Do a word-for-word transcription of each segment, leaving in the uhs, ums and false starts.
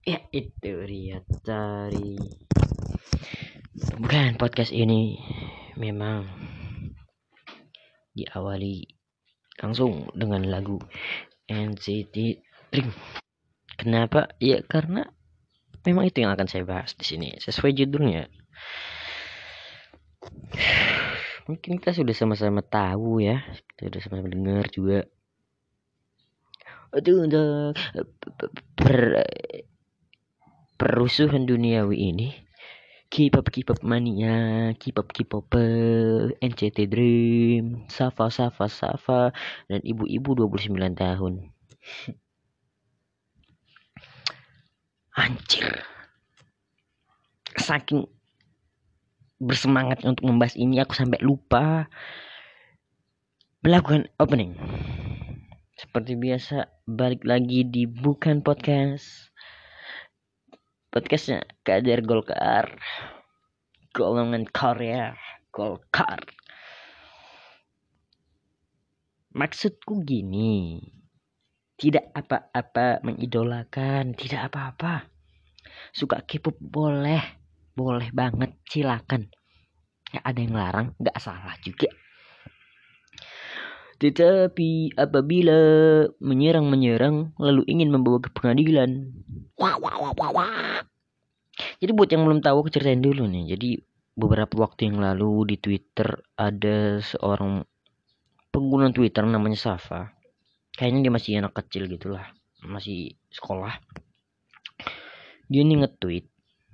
Ya itu dia tadi. Bukan podcast ini memang diawali langsung dengan lagu N C T Dream. Kenapa? Ya karena memang itu yang akan saya bahas di sini. Sesuai judulnya. Mungkin kita sudah sama-sama tahu ya. Kita sudah sama-sama dengar juga. Aduh, untuk per, perusuhan duniawi ini. K-pop K-pop mania, K-pop K-pop N C T Dream, Safa Safa Safa dan ibu-ibu dua puluh sembilan tahun. Anjir. Saking bersemangat untuk membahas ini aku sampai lupa melakukan opening. Seperti biasa balik lagi di Bukan Podcast. Podcastnya Kader Golkar. Golongan Korea Golkar. Maksudku gini, tidak apa-apa mengidolakan, tidak apa-apa. Suka K-pop boleh, boleh banget, silakan. Gak ada yang larang, gak salah juga. Tetapi apabila menyerang-menyerang lalu ingin membawa ke pengadilan, wah wah wah wah wah. Jadi buat yang belum tahu, aku ceritain dulu nih. Jadi beberapa waktu yang lalu di Twitter ada seorang pengguna Twitter namanya Safa. Kayaknya dia masih anak kecil gitulah, masih sekolah. Dia nih nge-tweet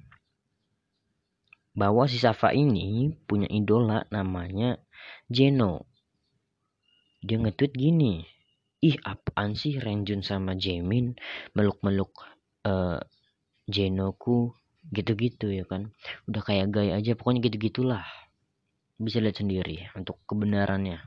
bahwa si Safa ini punya idola namanya Jeno. Dia nge-tweet gini, ih apaan sih Renjun sama Jaemin meluk-meluk uh, Jenoku gitu-gitu ya kan. Udah kayak gaya aja, pokoknya gitu-gitulah. Bisa lihat sendiri untuk kebenarannya.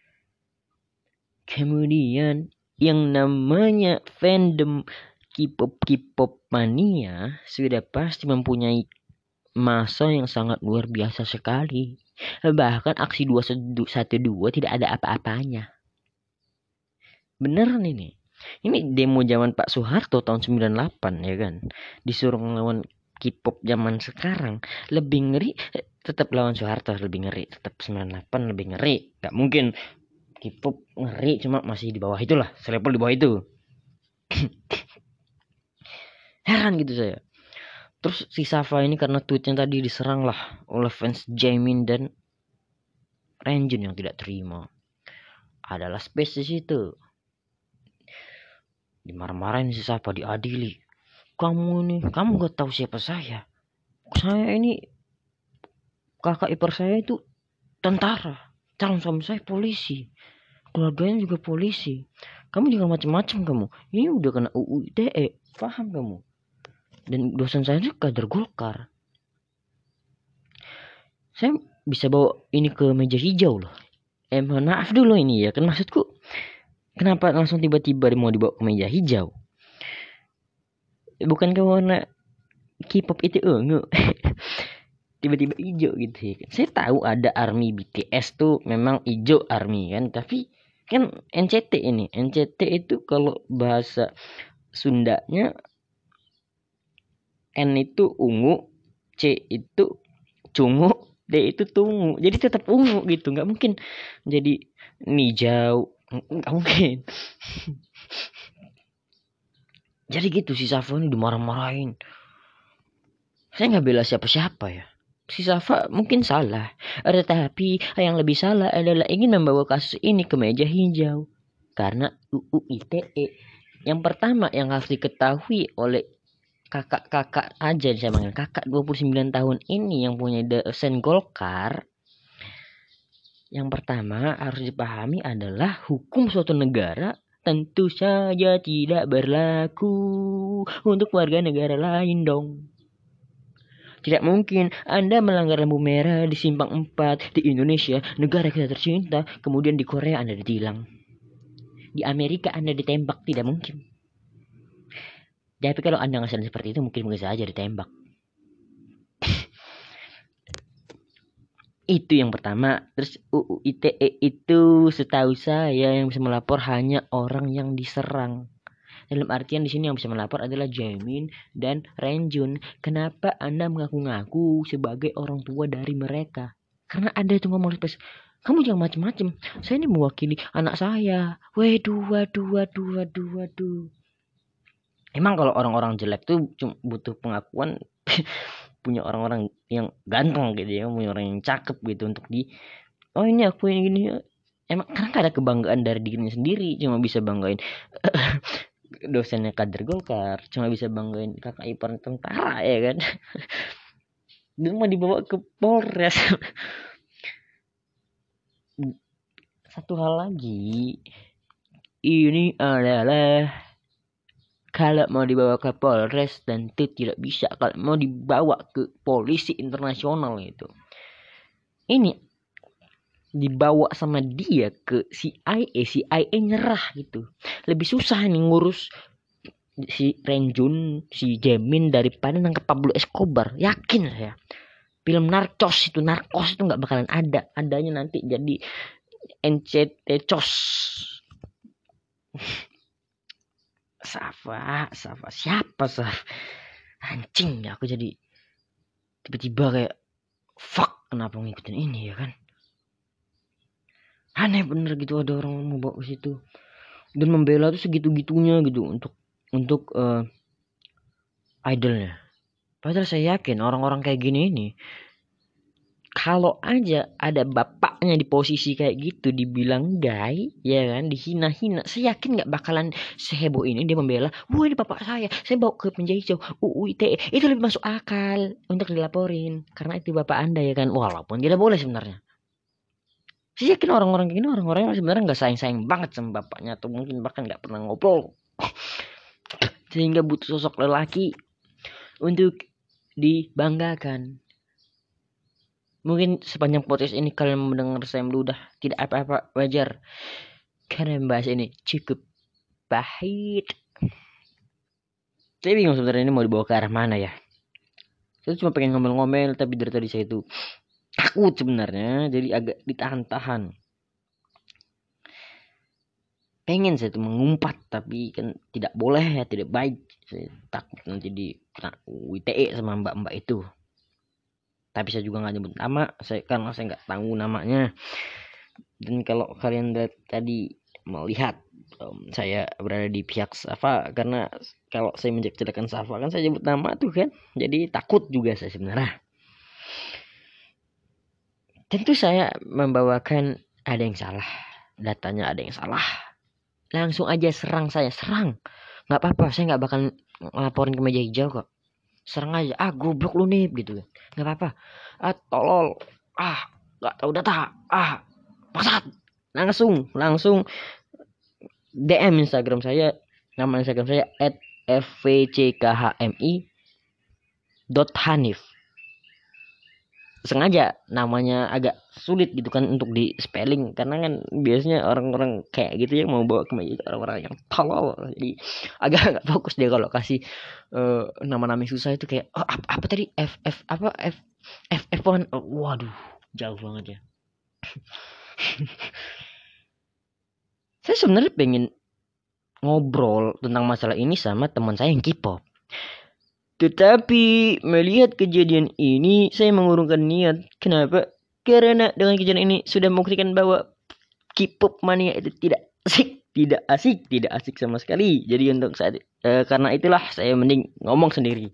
Kemudian yang namanya fandom K-pop K-pop mania sudah pasti mempunyai masa yang sangat luar biasa sekali. Bahkan aksi dua satu dua tidak ada apa-apanya. Beneran ini. Ini demo zaman Pak Soeharto tahun sembilan puluh delapan ya kan. Disuruh ngelawan K-pop zaman sekarang. Lebih ngeri. Tetap lawan Soeharto lebih ngeri. Tetap sembilan puluh delapan lebih ngeri. Gak mungkin K-pop ngeri cuma masih di bawah itulah. Selevel di bawah itu. Heran gitu saya. Terus si Safa ini karena tweetnya tadi diserang lah oleh fans Jaemin dan Renjun yang tidak terima. Adalah space di situ. Dimarah-marahin si Safa, diadili. Kamu nih, kamu gak tahu siapa saya. Saya ini kakak ipar saya itu tentara. Calon suami saya polisi. Keluarganya juga polisi. Kamu jangan macam-macam kamu. Ini udah kena U U I T E. Paham kamu? Dan dosen saya itu kader Golkar. Saya bisa bawa ini ke meja hijau loh. Eh mohon maaf dulu ini ya. Kan maksudku, kenapa langsung tiba-tiba mau dibawa ke meja hijau? Bukan ke warna K-pop itu ungu. Tiba-tiba hijau gitu ya. Saya tahu ada ARMY B T S tuh memang hijau ARMY kan. Tapi kan N C T ini. N C T itu kalau bahasa Sundanya N itu ungu, C itu cungu, D itu tungu. Jadi tetap ungu gitu. Nggak mungkin jadi hijau. Nggak mungkin. Jadi gitu si Safa ini dimarah-marahin. Saya nggak bela siapa-siapa ya. Si Safa mungkin salah. Tetapi yang lebih salah adalah ingin membawa kasus ini ke meja hijau. Karena U U I T E. Yang pertama yang harus diketahui oleh kakak-kakak aja, saya panggil kakak dua puluh sembilan tahun ini yang punya dosen Golkar. Yang pertama harus dipahami adalah hukum suatu negara tentu saja tidak berlaku untuk warga negara lain dong. Tidak mungkin Anda melanggar lampu merah di simpang empat di Indonesia, negara kita tercinta, kemudian di Korea Anda ditilang. Di Amerika Anda ditembak, tidak mungkin. Tapi kalau Anda nggak sadar seperti itu, mungkin bisa saja ditembak. Itu yang pertama. Terus U U I T E itu setahu saya yang bisa melapor hanya orang yang diserang. Dalam artian di sini yang bisa melapor adalah Jamin dan Renjun. Kenapa Anda mengaku-ngaku sebagai orang tua dari mereka? Karena ada itu ngomong pas, kamu jangan macem-macem. Saya ini mewakili anak saya. Waduh, waduh, waduh, waduh, waduh. Emang kalau orang-orang jelek tuh cuma butuh pengakuan punya orang-orang yang ganteng gitu ya, punya orang yang cakep gitu untuk di, oh ini aku yang gini. Emang karena gak ada kebanggaan dari dirinya sendiri, cuma bisa banggain dosennya kader Golkar, cuma bisa banggain kakak ipar tentara ya kan. Dan mau dibawa ke Polres. Satu hal lagi, ini adalah kalau mau dibawa ke Polres dan itu tidak bisa, kalau mau dibawa ke polisi internasional itu, ini dibawa sama dia ke C I A, C I A nyerah gitu. Lebih susah nih ngurus si Renjun, si Jamin daripada nangkep Pablo Escobar. Yakin saya. Film Narcos itu, Narcos itu nggak bakalan ada. Adanya nanti jadi N C T Cos. Safa, Safa, siapa Saf? Anjing ya, aku jadi tiba-tiba kayak fuck, kenapa ngikutin ini ya kan? Aneh bener gitu ada orang mau bawa ke situ dan membela tuh segitu-gitunya gitu untuk untuk uh, idolnya. Padahal saya yakin orang-orang kayak gini ini, kalau aja ada bapaknya di posisi kayak gitu dibilang gay, ya kan, dihina-hina, saya yakin nggak bakalan seheboh ini dia membela. Wah ini bapak saya, saya bawa ke penjara hijau, U U I T E, itu lebih masuk akal untuk dilaporin karena itu bapak anda ya kan, walaupun tidak boleh sebenarnya. Saya yakin orang-orang kayak gini orang-orang yang sebenarnya nggak sayang-sayang banget sama bapaknya atau mungkin bahkan nggak pernah ngobrol, sehingga butuh sosok lelaki untuk dibanggakan. Mungkin sepanjang podcast ini kalian mendengar saya meludah, tidak apa-apa, wajar. Karena membahas ini cukup pahit. Saya bingung sebenarnya ini mau dibawa ke arah mana ya. Saya cuma pengen ngomel-ngomel, tapi dari tadi saya itu takut sebenarnya, jadi agak ditahan-tahan. Pengen saya tuh mengumpat, tapi kan tidak boleh ya, tidak baik. Saya takut nanti di kena U I T E sama mbak-mbak itu. Tapi saya juga nggak nyebut nama, saya karena saya nggak tahu namanya. Dan kalau kalian tadi melihat um, saya berada di pihak Safa, karena kalau saya menjelek-jelekan Safa kan saya nyebut nama tuh kan, jadi takut juga saya sebenarnya. Tentu saya membawakan ada yang salah, datanya ada yang salah, langsung aja serang saya, serang, nggak apa-apa, saya nggak bakal ngelaporin ke meja hijau kok. Serang aja, ah goblok lu nih gitu, nggak apa-apa, ah tolol, ah nggak tahu data, ah maksat, langsung langsung D M Instagram saya, nama Instagram saya at f v c k h m i dot hanif. Sengaja namanya agak sulit gitu kan untuk di spelling, karena kan biasanya orang-orang kayak gitu yang mau bawa ke meja orang-orang yang tolol, jadi agak nggak fokus dia kalau kasih uh, nama-nama susah itu kayak oh, apa, apa tadi F F apa F F F1, oh, waduh jauh banget ya. Saya sebenarnya pengen ngobrol tentang masalah ini sama teman saya yang K-pop. Tetapi melihat kejadian ini saya mengurungkan niat. Kenapa? Karena dengan kejadian ini sudah membuktikan bahwa K-pop mania itu tidak asik, tidak asik, tidak asik sama sekali. Jadi untuk saat eh, karena itulah saya mending ngomong sendiri.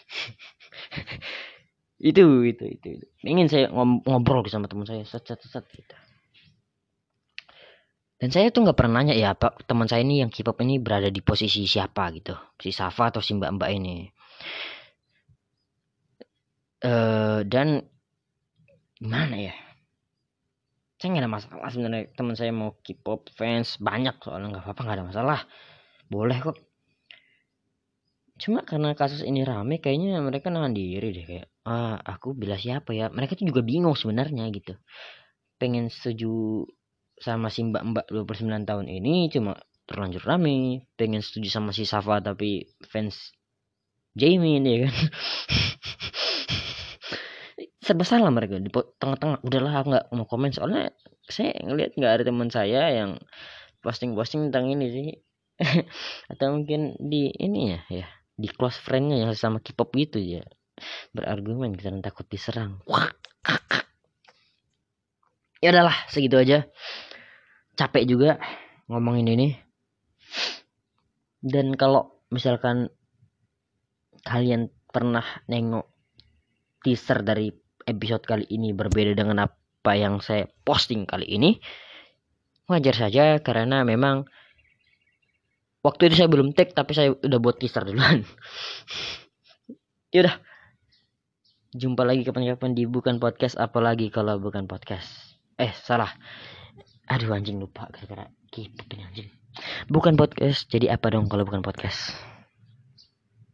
itu, itu, itu, itu. Ingin saya ngobrol sama teman saya, set-set-set gitu. Dan saya tuh nggak pernah nanya ya pak teman saya ini yang K-pop ini berada di posisi siapa gitu, si Safa atau si mbak-mbak ini. Uh, dan gimana ya? Saya nggak ada masalah sebenarnya, teman saya mau K-pop fans banyak soalnya, nggak apa-apa, nggak ada masalah, boleh kok. Cuma karena kasus ini rame, kayaknya mereka nahan diri deh, kayak ah aku bila siapa ya. Mereka tuh juga bingung sebenarnya gitu. Pengen setuju sama si mbak-mbak dua puluh sembilan tahun ini cuma terlanjur rame, pengen setuju sama si Safa tapi fans Jamin ya kan. Serba salah mereka di tengah-tengah. Udahlah nggak mau komen soalnya saya ngelihat nggak ada teman saya yang posting-posting tentang ini sih. Atau mungkin di ini ya, ya di close friendnya ya sama K-pop gitu ya, berargumen karena takut diserang. Ya udahlah, segitu aja. Capek juga ngomongin ini. Dan kalau misalkan kalian pernah nengok teaser dari episode kali ini berbeda dengan apa yang saya posting kali ini, wajar saja karena memang waktu itu saya belum tag tapi saya udah buat teaser duluan. Yaudah, jumpa lagi kapan-kapan di bukan podcast, apalagi kalau bukan podcast. Eh salah, aduh anjing lupa gara-gara K-pop ini anjing. Bukan podcast, jadi apa dong kalau bukan podcast?